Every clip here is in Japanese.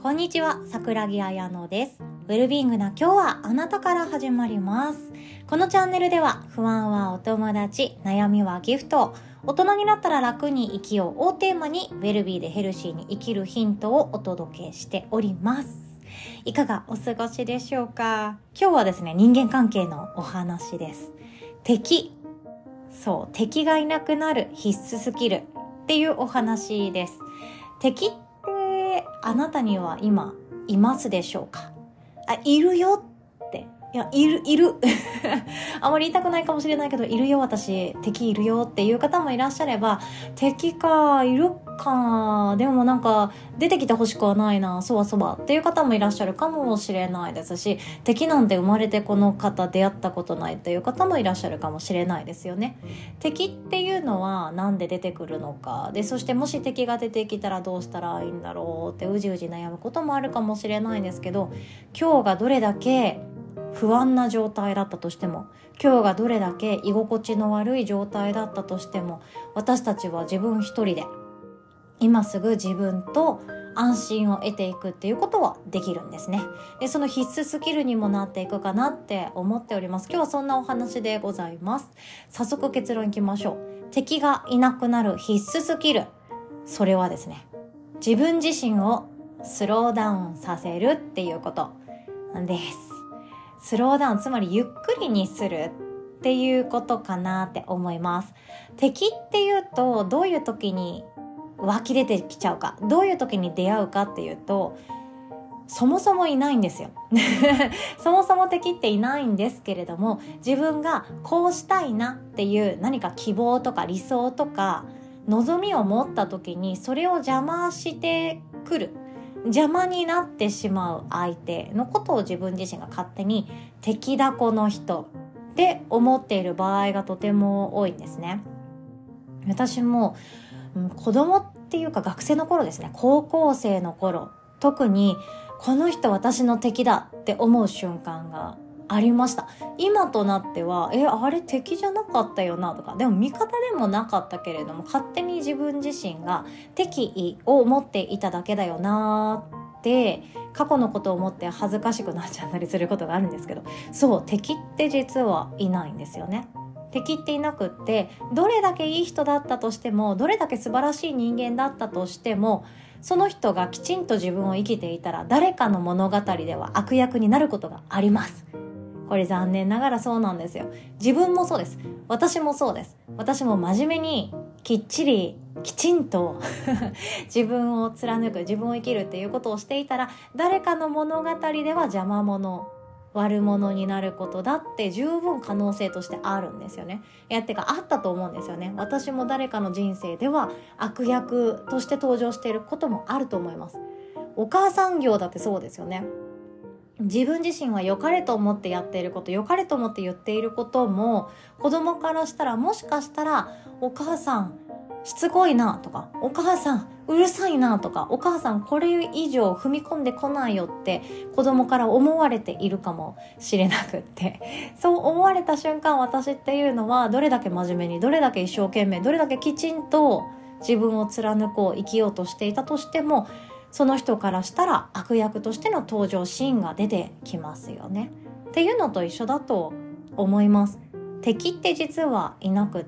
こんにちは、桜木彩乃です。ウェルビーイングな今日はあなたから始まります。このチャンネルでは不安はお友達、悩みはギフト、大人になったら楽に生きようをテーマにウェルビーでヘルシーに生きるヒントをお届けしております。いかがお過ごしでしょうか？今日はですね、人間関係のお話です。敵がいなくなる必須スキルっていうお話です。敵ってあなたには今いますでしょうか？いるよって。いるあまり言いたくないかもしれないけど、いるよ、私敵いるよっていう方もいらっしゃれば、敵か、いるか、でもなんか出てきてほしくはないな、そわそわっていう方もいらっしゃるかもしれないですし、敵なんて生まれてこの方出会ったことないっていう方もいらっしゃるかもしれないですよね。敵っていうのはなんで出てくるのかで、そしてもし敵が出てきたらどうしたらいいんだろうってうじうじ悩むこともあるかもしれないんですけど、今日がどれだけ不安な状態だったとしても、今日がどれだけ居心地の悪い状態だったとしても、私たちは自分一人で今すぐ自分と安心を得ていくっていうことはできるんですね。で、その必須スキルにもなっていくかなって思っております。今日はそんなお話でございます。早速結論いきましょう。敵がいなくなる必須スキル、それはですね、自分自身をスローダウンさせるっていうことです。スローダウン、つまりゆっくりにするっていうことかなって思います。敵っていうとどういう時に湧き出てきちゃうか、どういう時に出会うかっていうと、そもそもいないんですよそもそも敵っていないんですけれども、自分がこうしたいなっていう何か希望とか理想とか望みを持った時に、それを邪魔してくる、邪魔になってしまう相手のことを自分自身が勝手に敵だこの人って思っている場合がとても多いんですね。私も子供っていうか学生の頃ですね、高校生の頃、特にこの人私の敵だって思う瞬間がありました。今となってはあれ敵じゃなかったよなとか、でも味方でもなかったけれども勝手に自分自身が敵意を持っていただけだよなって過去のことを思って恥ずかしくなっちゃったりすることがあるんですけど、そう、敵って実はいないんですよね。敵っていなくって、どれだけいい人だったとしても、どれだけ素晴らしい人間だったとしても、その人がきちんと自分を生きていたら誰かの物語では悪役になることがあります。これ残念ながらそうなんですよ。自分もそうです。私もそうです。私も真面目にきちんと自分を貫く、自分を生きるっていうことをしていたら、誰かの物語では邪魔者、悪者になることだって十分可能性としてあるんですよね。てかあったと思うんですよね。私も誰かの人生では悪役として登場していることもあると思います。お母さん業だってそうですよね。自分自身は良かれと思ってやっていること、良かれと思って言っていることも、子供からしたらもしかしたら、お母さんしつこいなとか、お母さんうるさいなとか、お母さんこれ以上踏み込んでこないよって子供から思われているかもしれなくって、そう思われた瞬間、私っていうのはどれだけ真面目に、どれだけ一生懸命、どれだけきちんと自分を貫こう、生きようとしていたとしても、その人からしたら悪役としての登場シーンが出てきますよね。っていうのと一緒だと思います。敵って実はいなくって、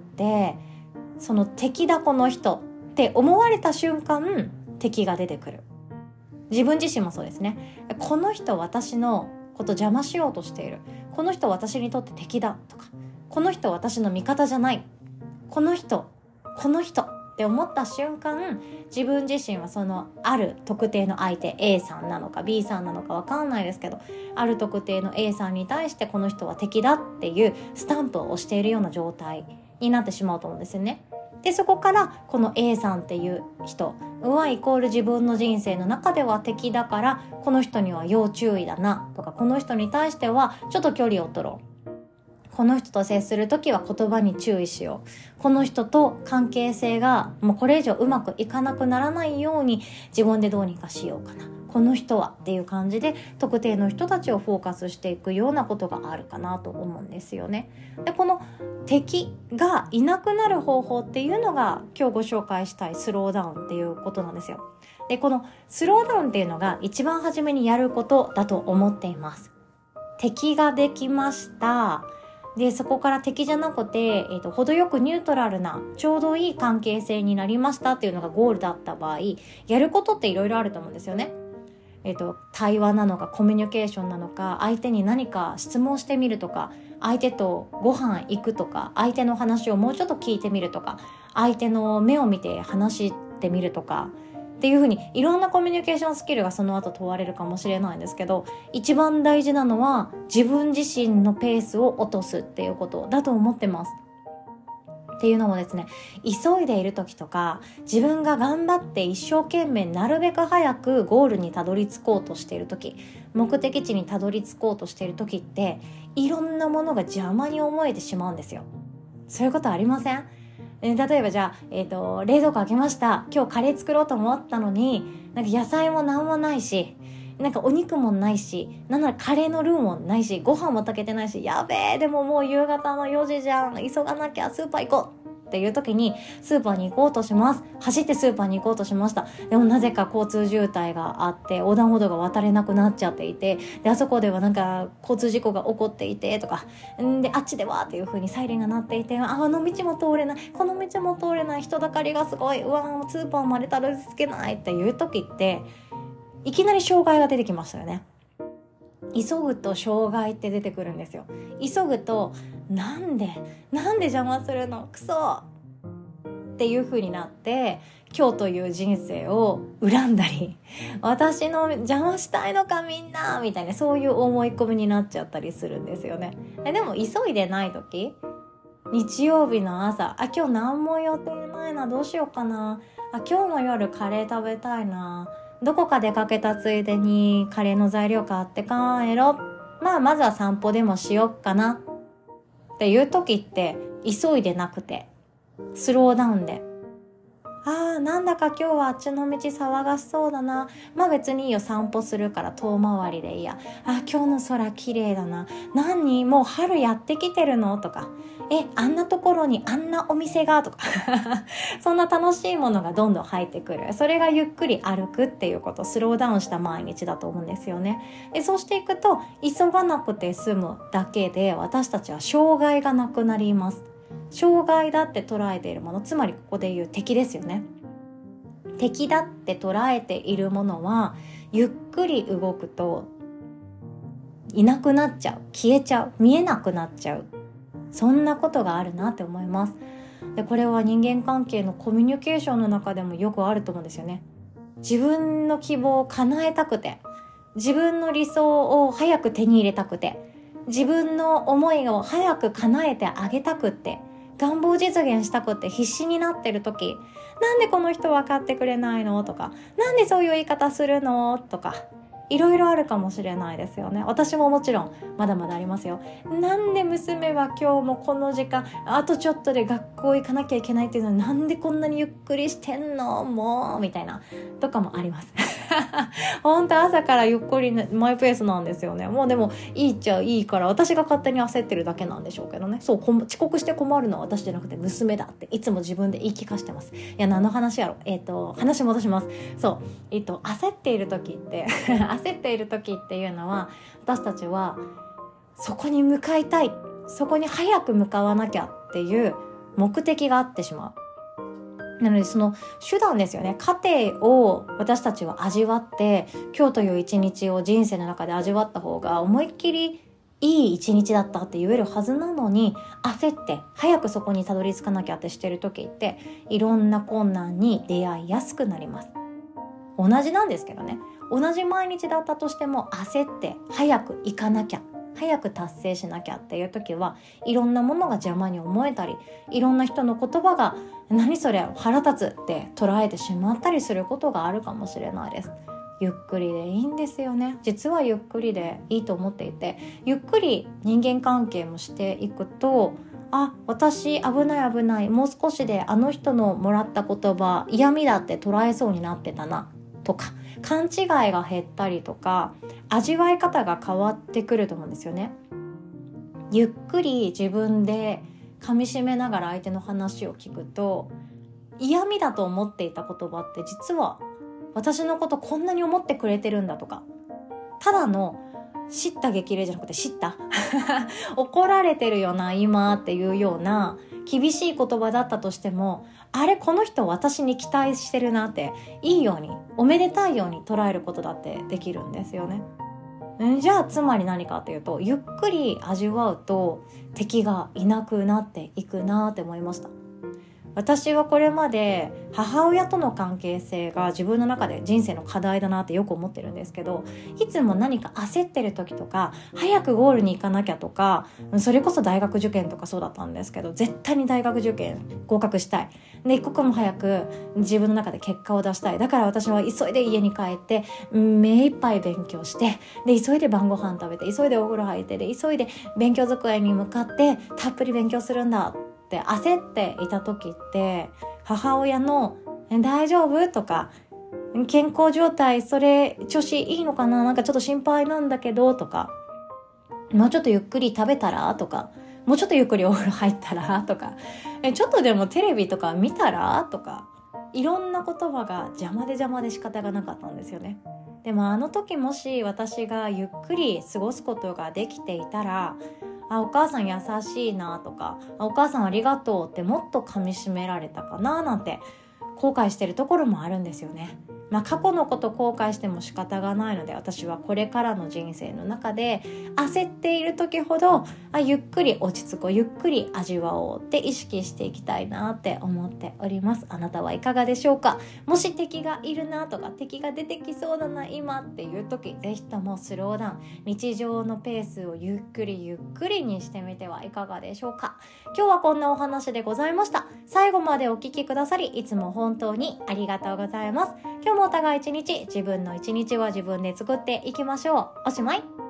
その敵だこの人って思われた瞬間、敵が出てくる。自分自身もそうですね。この人私のこと邪魔しようとしている、この人私にとって敵だとか、この人私の味方じゃない、この人って思った瞬間、自分自身はそのある特定の相手 A さんなのか B さんなのか分かんないですけど、ある特定の A さんに対してこの人は敵だっていうスタンプを押しているような状態になってしまうと思うんですよね。で、そこからこの A さんっていう人はイコール自分の人生の中では敵だから、この人には要注意だなとか、この人に対してはちょっと距離を取ろう、この人と接するときは言葉に注意しよう、この人と関係性がもうこれ以上うまくいかなくならないように自分でどうにかしようかな、 この人はっていう感じで特定の人たちをフォーカスしていくようなことがあるかなと思うんですよね。でこの敵がいなくなる方法っていうのが今日ご紹介したいスローダウンっていうことなんですよ。でこのスローダウンっていうのが一番初めにやることだと思っています。敵ができました。でそこから敵じゃなくて、程よくニュートラルなちょうどいい関係性になりましたっていうのがゴールだった場合、やることっていろいろあると思うんですよね。対話なのかコミュニケーションなのか、相手に何か質問してみるとか、相手とご飯行くとか、相手の話をもうちょっと聞いてみるとか、相手の目を見て話してみるとかっていう風にいろんなコミュニケーションスキルがその後問われるかもしれないんですけど、一番大事なのは自分自身のペースを落とすっていうことだと思ってます。っていうのもですね、急いでいる時とか自分が頑張って一生懸命なるべく早くゴールにたどり着こうとしている時、目的地にたどり着こうとしている時っていろんなものが邪魔に思えてしまうんですよ。そういうことありません？例えばじゃあ、冷蔵庫開けました。今日カレー作ろうと思ったのに、なんか野菜もなんもないし、なんかお肉もないし、なんならカレーのルーもないし、ご飯も炊けてないし、やべえ、でももう夕方の4時じゃん、急がなきゃ、スーパー行こうっていう時にスーパーに行こうとします。走ってスーパーに行こうとしました。でもなぜか交通渋滞があって横断歩道が渡れなくなっちゃっていて、であそこではなんか交通事故が起こっていてとかで、あっちではっていう風にサイレンが鳴っていて、あの道も通れない、この道も通れない、人だかりがすごい、うわスーパーまでたどり着けないっていう時っていきなり障害が出てきましたよね。急ぐと障害って出てくるんですよ。急ぐとなんで邪魔するのクソっていう風になって、今日という人生を恨んだり、私の邪魔したいのかみんなみたいな、そういう思い込みになっちゃったりするんですよね。でも急いでない時、日曜日の朝、今日何も予定ないな、どうしようかな、今日の夜カレー食べたいな、どこか出かけたついでにカレーの材料買って帰ろう、まずは散歩でもしよっかなっていう時って、急いでなくてスローダウンで、なんだか今日はあっちの道騒がしそうだな、別にいいよ、散歩するから遠回りでいいや、今日の空綺麗だな、何もう春やってきてるのとか、あんなところにあんなお店がとかそんな楽しいものがどんどん入ってくる。それがゆっくり歩くっていうこと、スローダウンした毎日だと思うんですよね。でそうしていくと急がなくて済むだけで、私たちは障害がなくなります。障害だって捉えているもの、つまりここで言う敵ですよね。敵だって捉えているものはゆっくり動くといなくなっちゃう、消えちゃう、見えなくなっちゃう、そんなことがあるなって思います。でこれは人間関係のコミュニケーションの中でもよくあると思うんですよね。自分の希望を叶えたくて、自分の理想を早く手に入れたくて、自分の思いを早く叶えてあげたくって、願望実現したくって必死になってる時、なんでこの人分かってくれないのとか、なんでそういう言い方するのとか、いろいろあるかもしれないですよね。私ももちろんまだまだありますよ。なんで娘は今日もこの時間、あとちょっとで学校行かなきゃいけないっていうのに、なんでこんなにゆっくりしてんのもうみたいなとかもあります本当朝からゆっくり、マイペースなんですよね。もうでもいいっちゃいいから、私が勝手に焦ってるだけなんでしょうけどね。そう遅刻して困るのは私じゃなくて娘だっていつも自分で言い聞かしてます。いや何の話やろ、話戻します。そう、焦っている時って焦っている時っていうのは、私たちはそこに向かいたい、そこに早く向かわなきゃっていう目的があってしまう。なのでその手段ですよね。過程を私たちは味わって、今日という一日を人生の中で味わった方が思いっきりいい一日だったって言えるはずなのに、焦って早くそこにたどり着かなきゃってしてる時って、いろんな困難に出会いやすくなります。同じなんですけどね、同じ毎日だったとしても、焦って早く行かなきゃ、早く達成しなきゃっていう時は、いろんなものが邪魔に思えたり、いろんな人の言葉が何それ腹立つって捉えてしまったりすることがあるかもしれないです。ゆっくりでいいんですよね。実はゆっくりでいいと思っていて、ゆっくり人間関係もしていくと、私危ない、もう少しであの人のもらった言葉嫌味だって捉えそうになってたなとか勘違いが減ったりとか、味わい方が変わってくると思うんですよね。ゆっくり自分で噛み締めながら相手の話を聞くと、嫌味だと思っていた言葉って実は私のことこんなに思ってくれてるんだとか、ただの叱咤激励じゃなくて叱咤怒られてるよな今っていうような厳しい言葉だったとしても、あれこの人私に期待してるなって、いいようにおめでたいように捉えることだってできるんですよね。じゃあつまり何かというと、ゆっくり味わうと敵がいなくなっていくなって思いました。私はこれまで母親との関係性が自分の中で人生の課題だなってよく思ってるんですけど、いつも何か焦ってる時とか、早くゴールに行かなきゃとか、それこそ大学受験とかそうだったんですけど、絶対に大学受験合格したいで、一刻も早く自分の中で結果を出したい。だから私は急いで家に帰って目いっぱい勉強して、で急いで晩ご飯食べて、急いでお風呂入って、で急いで勉強机に向かってたっぷり勉強するんだって焦っていた時って、母親の大丈夫とか、健康状態それ調子いいのかな、なんかちょっと心配なんだけどとか、もうちょっとゆっくり食べたらとか、もうちょっとゆっくりお風呂入ったらとか、ちょっとでもテレビとか見たらとか、いろんな言葉が邪魔で仕方がなかったんですよね。でもあの時もし私がゆっくり過ごすことができていたら、お母さん優しいなとか、お母さんありがとうってもっと噛み締められたかななんて後悔してるところもあるんですよね。過去のこと後悔しても仕方がないので、私はこれからの人生の中で焦っている時ほどゆっくり落ち着こう、ゆっくり味わおうって意識していきたいなって思っております。あなたはいかがでしょうか。もし敵がいるなとか、敵が出てきそうだな今っていう時、ぜひともスローダウン、日常のペースをゆっくりにしてみてはいかがでしょうか。今日はこんなお話でございました。最後までお聞きくださりいつも本当にありがとうございます。今日もお互い一日、自分の一日は自分で作っていきましょう。おしまい。